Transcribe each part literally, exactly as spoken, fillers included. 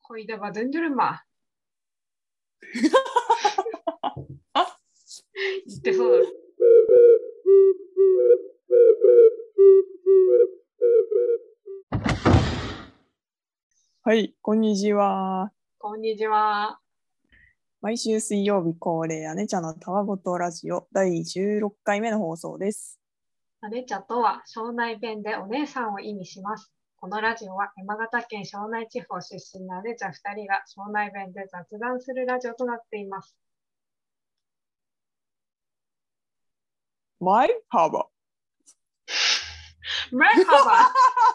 Koyda döndürme. 言ってそうだろ。 はい、こんにちは。 こんにちは。 毎週水曜日恒例、姉ちゃんのたわごとラジオだいじゅうろっかいめの放送です。 姉茶とは庄内弁でお姉さんを意味します。このラジオは山形県庄内地方出身の姉茶ふたりが庄内弁で雑談するラジオとなっています。 マイハーバメルハバわか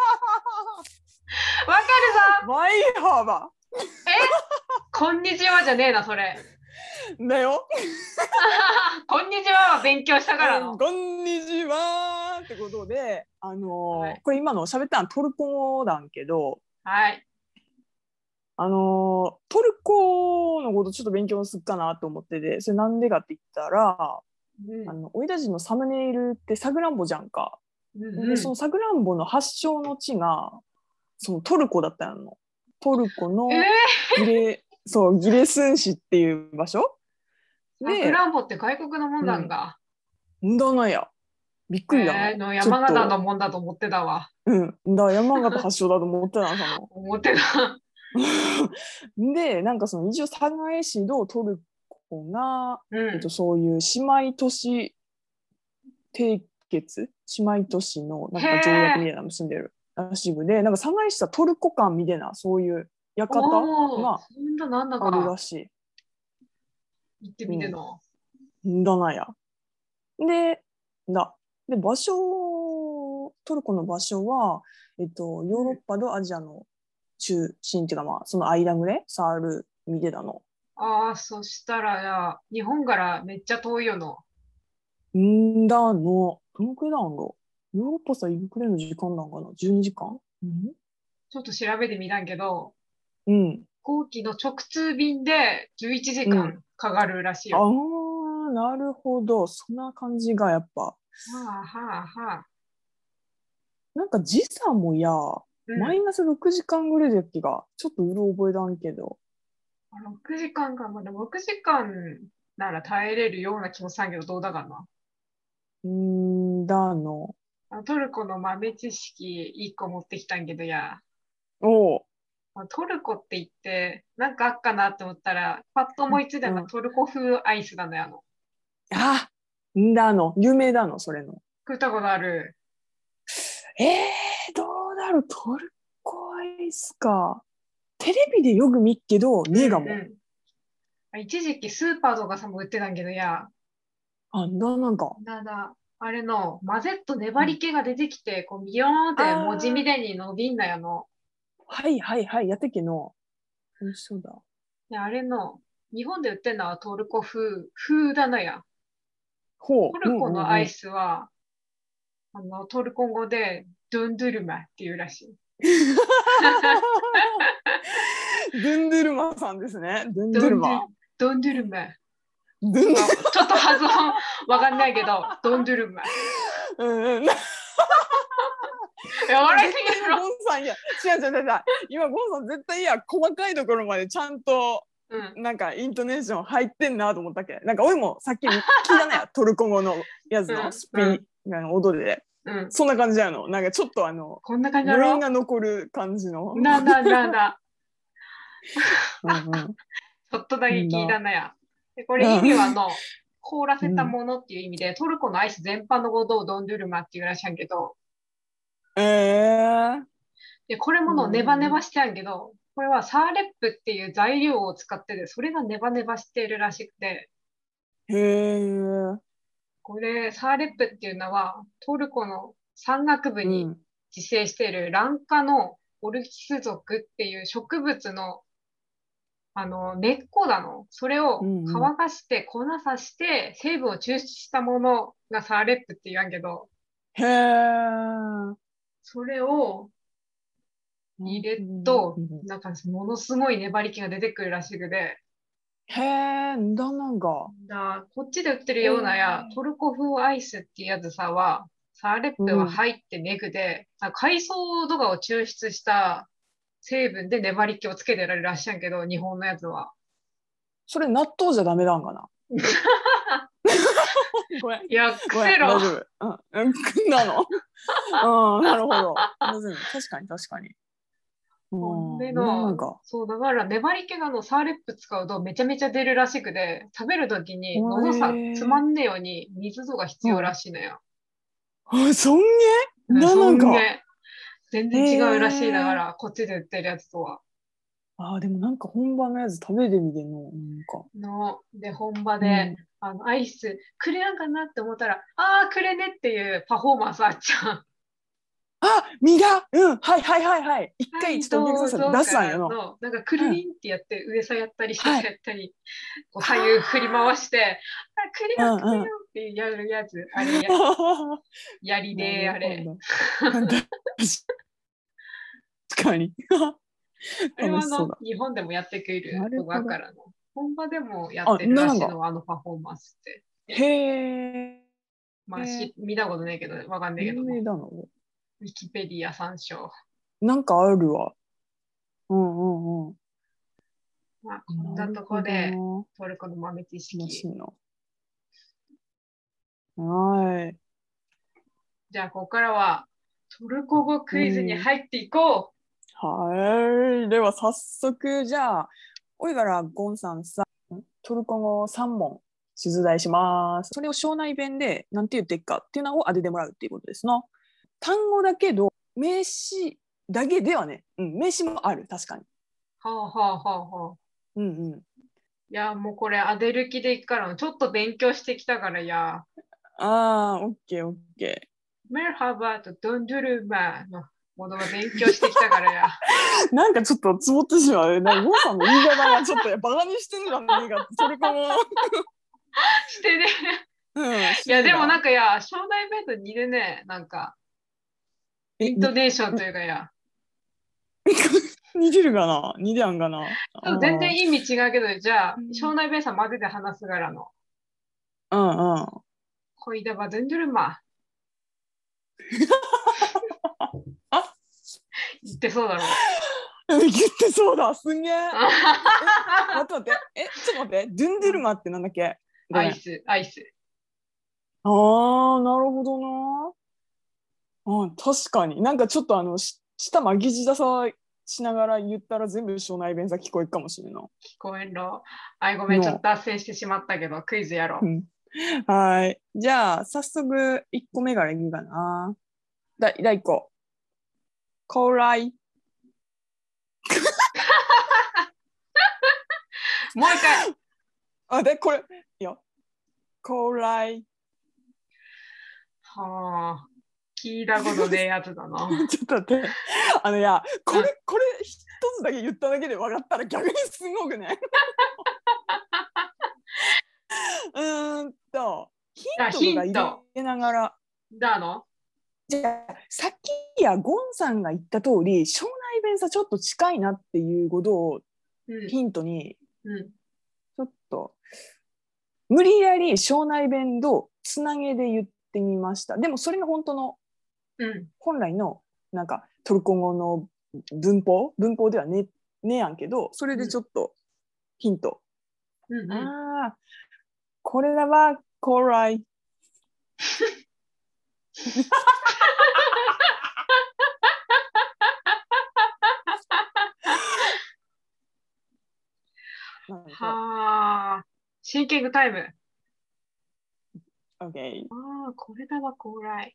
るぞ。 マイハーバえこんにちはじゃねえな、それ。 だよ。 こんにちはは勉強したからの。 こんにちはってことで、あのーはい、 これ今の喋ったのトルコ語なんけど、 はい。 あのートルコのことちょっと勉強すっかなと思ってて、それなんでかって言ったら、 うん、 あの、おいらじのサムネイルってさくらんぼじゃんか。 うん、うで、 ん。 そのさくらんぼの発祥の地が、そのトルコだったの。トルコえのギレ、そう、ギレスン市っていう場所ー、さくで、 らんぼって外国のもんうん、 なんだ。 んだなや。びっくりだえー、 の。 のちょっ山形のと、 もんだと思ってたわ。 うん、だ、山形発祥だと思ってたの、その。 思ってた。 で、なんかその一応、寒河江市とトルコが、 うん。 えっと、そういう姉妹都市締結姉妹都市のなんへか条約みえ。 たいなの結んでるらしくで、なんか寒河江市はトルコ館みたいな、そういう館おお、 がそんななんだあるらかしい。 行ってみてうん。 の。 んだなや。で、だ。で、場所、トルコの場所は、えっと、ヨーロッうん。 パとアジアの中心っていうか、まあ、その間ぐらい、サール、見てたの。 ああ、そしたらや、日本からめっちゃ遠いよの。 んだの、どのくらいなんだろう。ヨーロッパさ、いくらいの時間なんかな？ じゅうに 時間。うんちょっと調べてみたんけど、 うん。 飛行機の直通便でじゅういちじかんうん。 かかるらしいあよ。 あ、なるほど。そんな感じがやっぱ。 はあはあはあ。 なんか時差もや、 うん。 マイナスろくじかんぐらいだっけが、ちょっとうろ覚えだんけど。 ろくじかんかんか。まだろくじかんなら耐えれるような気もしたんけど、どうだかな。 うーんだの。 あトルコの豆知識いっこ持ってきたんけどや。 おう。 トルコって言って、なんかあっかなって思ったら、パッと思いついたのがうん。 トルコ風アイスなんだよ。あの、 あ、んだの。有名だの、それの。 食ったことある。 えー、どうだろう。トルコアイスか。テレビでよく見っけど、 うんねえがも。 うん。一時期スーパーとかさも売ってたんけどや、 あ、んだなんか。 だだ、あれの混ぜっと粘うん。 り気が出てきて、こうビヨーンって文字みあでに伸びんなよの。 ー、はいはいはい。やったっけの。美味しそうだ。 で、あれの、日本で売ってるのはトルコ風、風だのや。トほう。うんルコのアイうんうん。 スは、あの、トルコ語でドゥンドゥルマっていうらしい。 ドゥンドゥルマさんですね。ドゥンドゥドンドゥ、 ルマ。 ドンドゥルマ。 ドゥンドゥルマ。 ちょっと、ちょっと発音わかんないけど、ドンドゥルマ。いうんうん。 や、笑いす絶対今ぎるの。 ゴンさんいや、違う違う違う。今ゴンさん絶対いや、細かいところまでちゃんと、 うん。 なんかイントネーション入ってんなと思ったっけ。なんか俺もさっき聞いたね、トルコ語のやつうん。 のスピー、 うん。 あの踊りで。 うん。 そんな感じやの。なんかちょっとあの、 こんな感じだ余韻ろ。 が残る感じの。 なんだなんだ。 うんちょっとだうん。 け聞いたんだ。 なや。で、こうれ意味はあん。 の、凍らせたうん。 ものっていう意味で、トルコのアイス全般のことをドンドゥルマっていうらしいんやけど、 ええー。 で、これものネバネバしてやんけど、これはサーレップっていう材料を使ってて、それがネバネバしてるらしくて、 へえ。 これ、サーレップっていうのは、トルコの山岳部にうん。 自生しているラン科のオルキス属っていう植物の、あの、根っこなの。それをうんうん。 乾かして粉さして成分を抽出したものがサーレップって言うんけど、 へえ。 それをなる入れると、 ほどね。 なんかものすごい粘り気が出てくるらしくて、 へえ、んだなんか。 だこっちで売ってるへようなや、 え。 トルコ風アイスっていうやつさは、サーレッうプはん。 入ってネグで、なんか海藻とかを抽出した成分で粘り気をつけてられるらっしゃんけど、日本のやつは。 それ納豆じゃダメなんかな。ごめん。 いや、 ごめん、 癖ろ。 大丈夫。うん、うんなの。うん、なるほど。確かに確かに。 ほんでうん、なのんか。 そう、だから粘り気がのサーレップ使うとめちゃめちゃ出るらしくて、食べるときにへ喉さつまえ。 んねえように水とか必要らしいのよ。 あ、そんげうん、 な、 そなんか。 んげ、全へ然違うらしい。だかえ。 ら、こっちで売ってるやつとは。 あ、でもなんか本場のやつ食べてみてんの。なんか。 の、で、本場で、 うん。 あの、アイスくれやんかなって思ったら、ああ、くれねっていうパフォーマンスあっちゃう。 あ、身が、うん、はいはいはいはい。一はい、 回ちょっとお客どうさん出ぞかしたんやの。 らの、なんかくるうん。 りんってやって、上さやったり下はい。 さやったり、こう左右振り回はして、あ、くれあ。 よくれようんうん。 ってやるやつ。あれや、やりなで、あれ。 るほど。確かに。 あれはあの、 楽しそうだ。 日本でもやってくれなるとこるほど。 だからの。本場でもやっあ、 てるな、なんか。 らしいのは、あのパフォーマンスって。 へまあ、 え。 し、見たことないけど、わかんないけ有ども。 名だな。 ウィキペディア参照。 なんかあるわ。うんうんうん。 まあ、こんなとなるほこで、 どな。 トルコの豆知識。 楽しいな。はい。 じゃあ、ここからは、トルコ語クイズにうん。 入っていこはい。では早速、じゃあ、おいからゴンさんさ、んトルコ語さん問出題します。それを庄内弁で何て言ってっかっていうのを当ててもらうっていうことですな。単語だけど、名詞だけではね、うん、名詞もある、確かに。 う。はあはあはあはあ。 うんうん。 いや、もうこれ、アデルキでいくから、ちょっと勉強してきたからや。 ああ、オッケーオッケメルハバとドンドゥルマのものが勉強してきたからや。 ー。なんかちょっとつぼってしまう。なんかゴンさんの言い方がちょっとバカにしてんじゃねえかって、それかも。 してね。 うん、 いや、でもなんしてんだ。 かや、庄内弁と似るね。なんか、イえ、 ントに、 ネーションというかや。 似てるかな似てやんかなちょっと全あ然意味違うけど、じゃあ、庄うん内弁さ混ぜて話すからの。 うんうん。 こいだばドゥンドゥルマ。 あ、 言ってそうだろ言ってそうだ、すんげえ。 う。 え、待って待って、え、ちょっと待って、ドゥンドゥルマってなんだっけごめん。 アイス、アイス。 あー、なるほどな。うん、確かに。なんかちょっとあの、し舌巻き舌さしながら言ったら全部庄内弁さ聞こえるかもしれんな。 聞こえんろ。あい、ごめん、ちょっとの。 脱線してしまったけど、クイズやろうん。はい。じゃあ、早速、いっこめからいくかな。だ、第いっこ。高麗。 う。もう一回。 あ、で、これ、いや、高麗。 はあ、聞いたことねえやつだな。 ちょっと待って。あの、いや、これ、 うんこれ一つだけ言っただけで分かったら逆にすごくね。うーんと、ヒじゃあ、 ントとか入ヒント。 れながら、 だのじゃあ、さっきやゴンさんが言った通り、庄内弁さちょっと近いなっていうことをうん。 ヒントに、 うん。 ちょっと、無理やり庄内弁とつなげで言ってみました。でも、それが本当の、 うん。 本来の、なんか、トルコ語の文法文法ではね、ねやんけど、それでちょっとヒント。 うん。うん。 ああ、これだわ、コーライ。なんか、 はあ。シンキングタイム。 OK。 ああ、これだわ、高麗。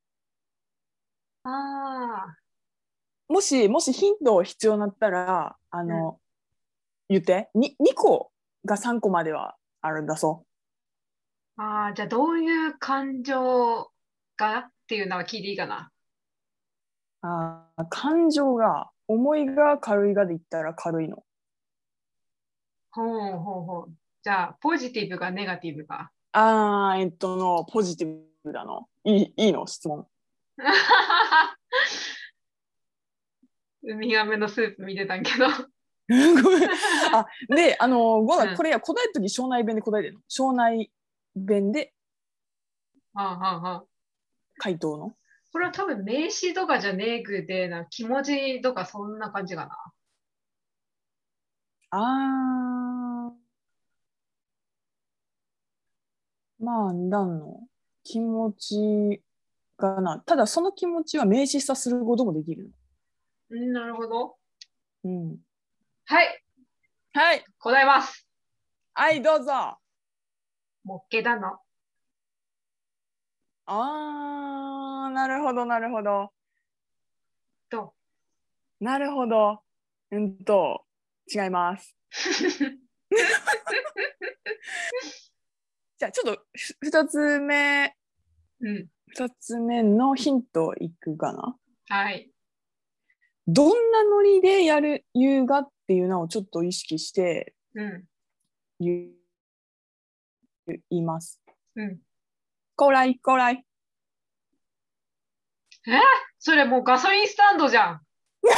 ああ。 もし、もしヒント必要になったら、あうん。 の、言って。ににこがさんこまではあるんだそああ、じゃあ、どういう感情がっていうのは聞いていいかな。 う。あー感情が、重いが軽いがで言ったら軽いの。 ほうほうほう。じゃあ、ポジティブがネガティブか。 あー、えっとの、ポジティブだの。いい、いいの質問。 ウミガメのスープ見てたんけど。 ごめん。あ、で、あの、ごめん、 うん。 これや、答えるとき、庄内弁で答えてるの。庄内弁ではあはあはあ。 回答の。 これは多分名詞とかじゃねえぐでな、気持ちとかそんな感じかな。 あー、まあ、なんの気持ちかな。ただ、その気持ちは名詞化することもできる。 うん、なるほど。 うん。 はい、 はい。 答えます。 はい、どうぞ。 もっけだの。 あー、なるほど、なるほど。 と。 なるほど。うんと、違います。じゃあ、ちょっとふ二つ目、 うん。 二つ目のヒントいくかな。 はい。 どんなノリでやる、言うがっていうのをちょっと意識してうん。 言います。 うん。 こらい、こらい。 えそれもうガソリンスタンドじゃん。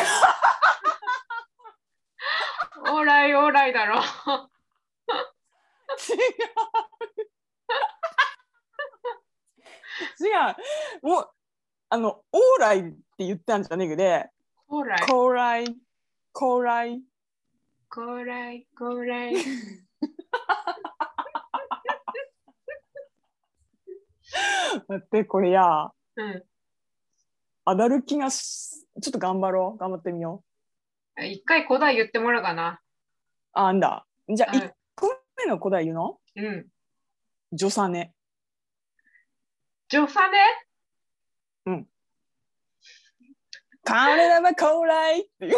オーライオーライだろ。 違う。違う。もう、あの、オーライって言ったんじゃねえけど、 オーライ。 こらい、こらい。 こらい、こらい。 待って、これや、 うん。 当たる気がし、ちょっと頑張ろう。頑張ってみよ一回答え言ってもらおうかな。 う。あ、あんだ。じゃあ、1 うん。 個目の答え言うのうん。 ジョサネ。 ジョサネうん。カレラバコーライっていう。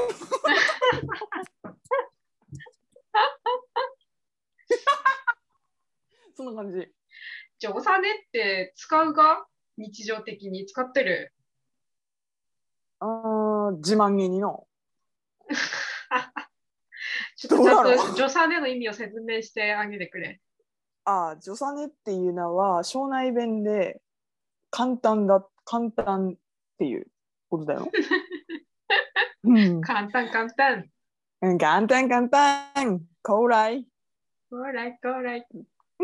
そんな感じ。 ジョサネって使うが日常的に使ってる。 あー、自慢げにの。 ちょっとちゃんどうだろう。 とジョサネの意味を説明してあげてくれ。 あー、ジョサネっていうのは、庄内弁で簡単だ、簡単っていうことだよ。うん。 簡単簡単。 うん簡単簡単。コーライ。 こらい、こらい。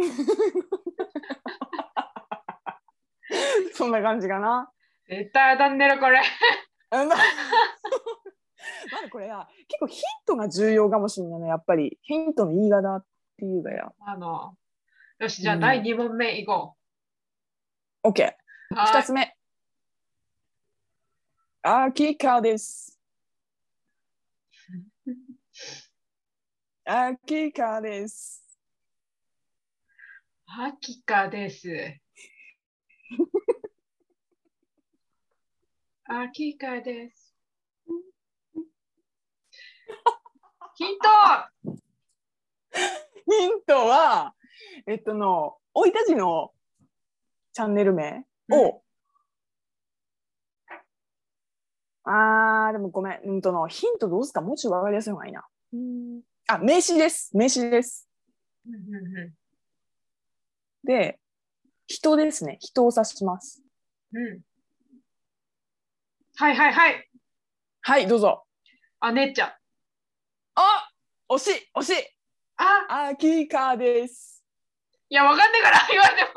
そんな感じかな。 絶対当たんねろ、これ。 まだこれや結構ヒントが重要かもしれないね。やっぱりヒントの言い方っていうかや。 あの、よし、じゃあうん、 だいに問目いこ OK。 う。は二つ目。アキカです。 い。 アキカです。 アキカです。アキカです。ヒントヒントは、えっとの、生い立ちのチャンネル名を、うん、あー、でもごめん、うんとの、ヒントどうすかもうちょいわかりやすい方がいいな。うんあ、名詞です。名詞です。 うんうんうで、人ですね。人を指します。 ん。うん。はいはいはい。 はい、どうぞ。 あ、ねっちゃん。 あ惜しい惜しいあ、 アキカです。 いや、わかんねえから言われても。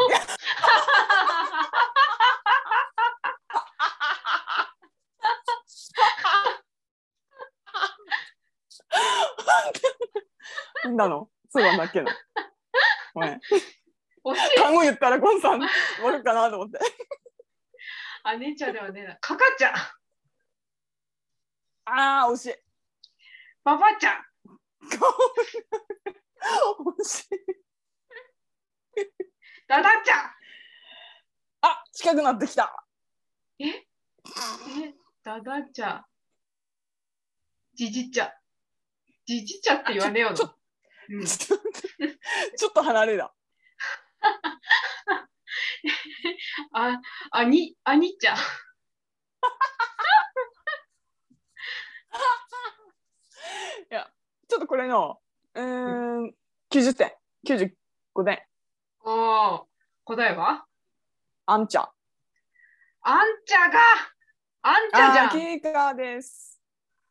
なんだのそうなんだっけな。ごめん。 惜しい。 単語言ったらゴンさん終わるかなと思って。 あ、ねっちゃんではねえな。かかっちゃん。 あー、惜しい。 ばばちゃん。 惜しい。 だだちゃん。 あ、近くなってきた。 ええ、だだちゃん。じじちゃ。じじちゃって言わねえよな。 ちょ、 うん、 ちょちょっと離れだ。 あ、あに、あにちゃん。 いや、ちょっとこれの、うーん、きゅうじゅってん、きゅうじゅうごてん。 おー、答えはあんちゃん。 あんちゃが、あんちゃじあー、 ゃん。 キーカーです。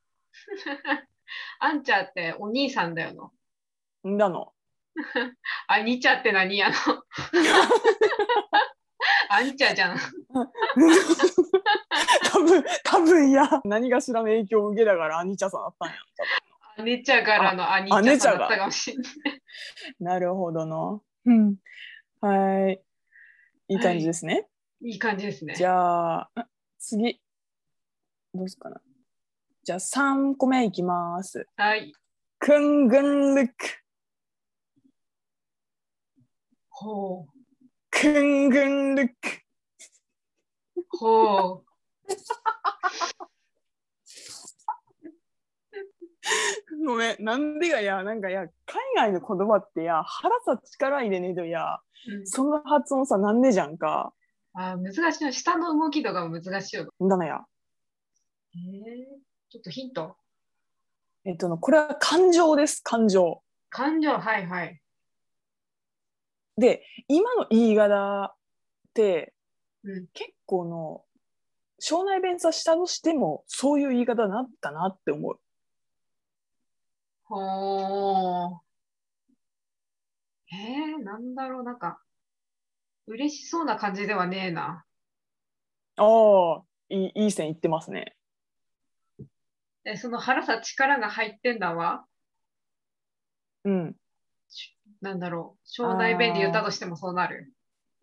あんちゃってお兄さんだよの。 んだの。 あにちゃって何やの。あんちゃじゃん。 多分、多分いや、何がしらの影響を受けたからアニチャさんだったんや。 アニチャからのアニチャさんだったかもしれない。 なるほどな。うん。はい。いい感じですね。はい、 いい感じですね。 じゃあ、次。どうすかな。じゃあさんこめいきます。 はい。 クングンルック。 ほう。 クングンルック。 ほう。 ごめん、なんでがや、なんかや、海外の言葉ってや、腹さ力入れねえとや、うん、その発音さ、なんでじゃんか。 あ、難しい。下の動きとかも難しいよ。 だめや。 えー、ちょっとヒント。 えっと、これは感情です、感情。 感情、はいはい。 で、今の言い方って、 うん、 結構の、庄内弁さしたとしても、そういう言い方になったなって思う。 ほー。えー、なんだろう、なんか、嬉しそうな感じではねえな。 ああ、いい、いい線いってますね。 え、その腹さ力が入ってんだわ。 うん。 なんだろう。庄内弁で言ったとしてもそうなる。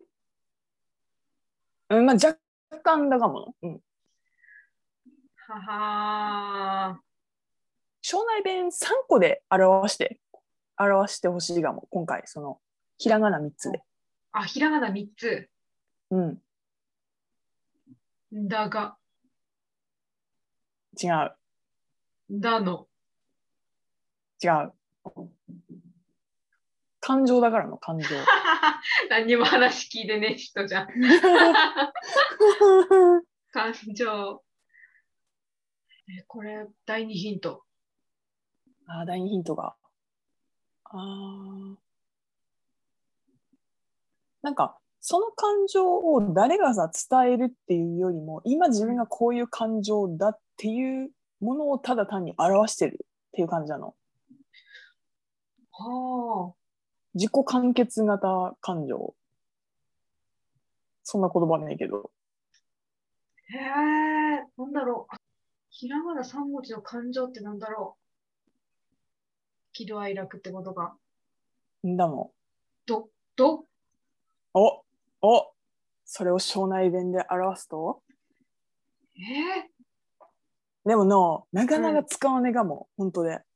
うん、まあ、若干だかも。うん。 ははー。 庄内弁さんこで表して、表してほしいかも、今回、その、ひらがなみっつで。 あ、ひらがなみっつ。 うん。 だが、 違う。 だの。 違う。感情だからの感情。 何にも話聞いてねえ人じゃん。感情。え、これ、第二ヒント。 ああ、第二ヒントが。ああ。なんか、その感情を誰がさ、伝えるっていうよりも、今自分がこういう感情だっていうものをただ単に表してるっていう感じなの。 はあ。 自己完結型感情。そんな言葉ねえけど。 へえ、なんだろう。ひらがなさん文字の感情ってなんだろう。喜怒哀楽ってことか。 んだもん。 ど、ど、 おおそれを庄内弁で表すとえでもの、なかなかー、 使わねえかも、うん、本当で。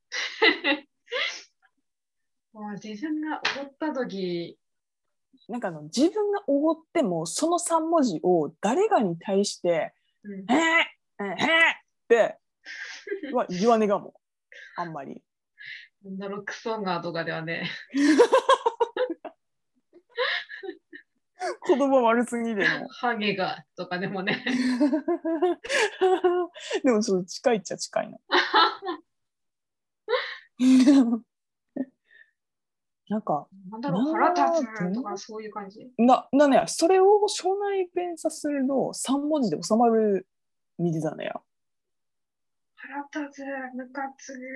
もう自分が思ったとき、 なんかあの自分がおごってもそのさん文字を誰かに対してうん、 「えー、えー、っては言わねえかも、あんまり。 なんだろう、クソがとかではね。 言葉悪すぎでの。 ハゲがとかでもね。 でもちょっと近いっちゃ近いな。なんか、 なんだろう、 な腹立どつとかそういう感じ。 な、なね、それを庄内弁さするとさん文字で収まる水だねや。 腹立つ、ムカつく。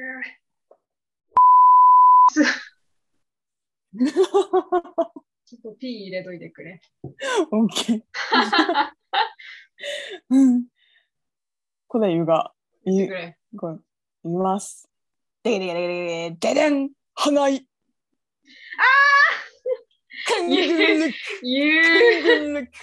ちょっとピー入れといてくれ。 オッケー。うん。これ言うが、 言ってくれ。 これ言います。ででででででん、花い。 あクング言うンルック。 言クングうンルック。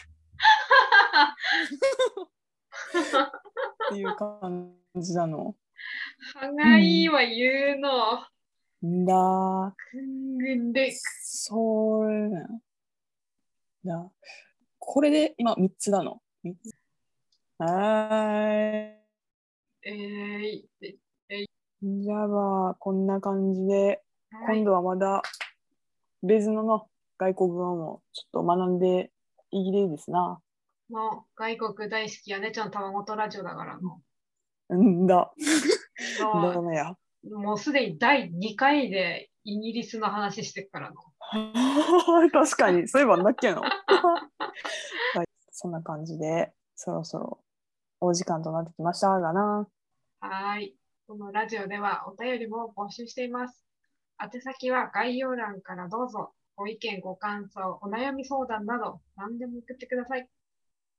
っていう感じなの。 歯がいいは言うの。 んだ。 くんぐんで。 それなんだ。これで今みっつなの。みっつ。はーい。 えー、ええじゃあまあ、こんな感じで、 はい。 今度はまだ別のの外国語もちょっと学んでいいですな。 もう外国大好きやねちゃんたまごとラジオだからの。 んだ。 のだめや。 もうすでにだいにかいでイギリスの話してるからの。 確かに、そういえばんだっけの。はい、そんな感じで、そろそろお時間となってきましたがな。 はい。このラジオではお便りも募集しています。宛先は概要欄からどうぞ。ご意見、ご感想、お悩み相談など何でも送ってください。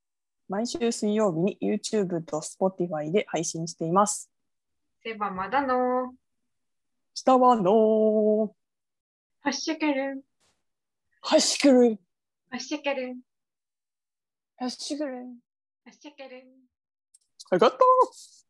毎週水曜日に YouTube と Spotify で配信しています。 セバまだの下はのハッシュケルハッシュクルハッシュケルハッシュクルハッシュケルありがとう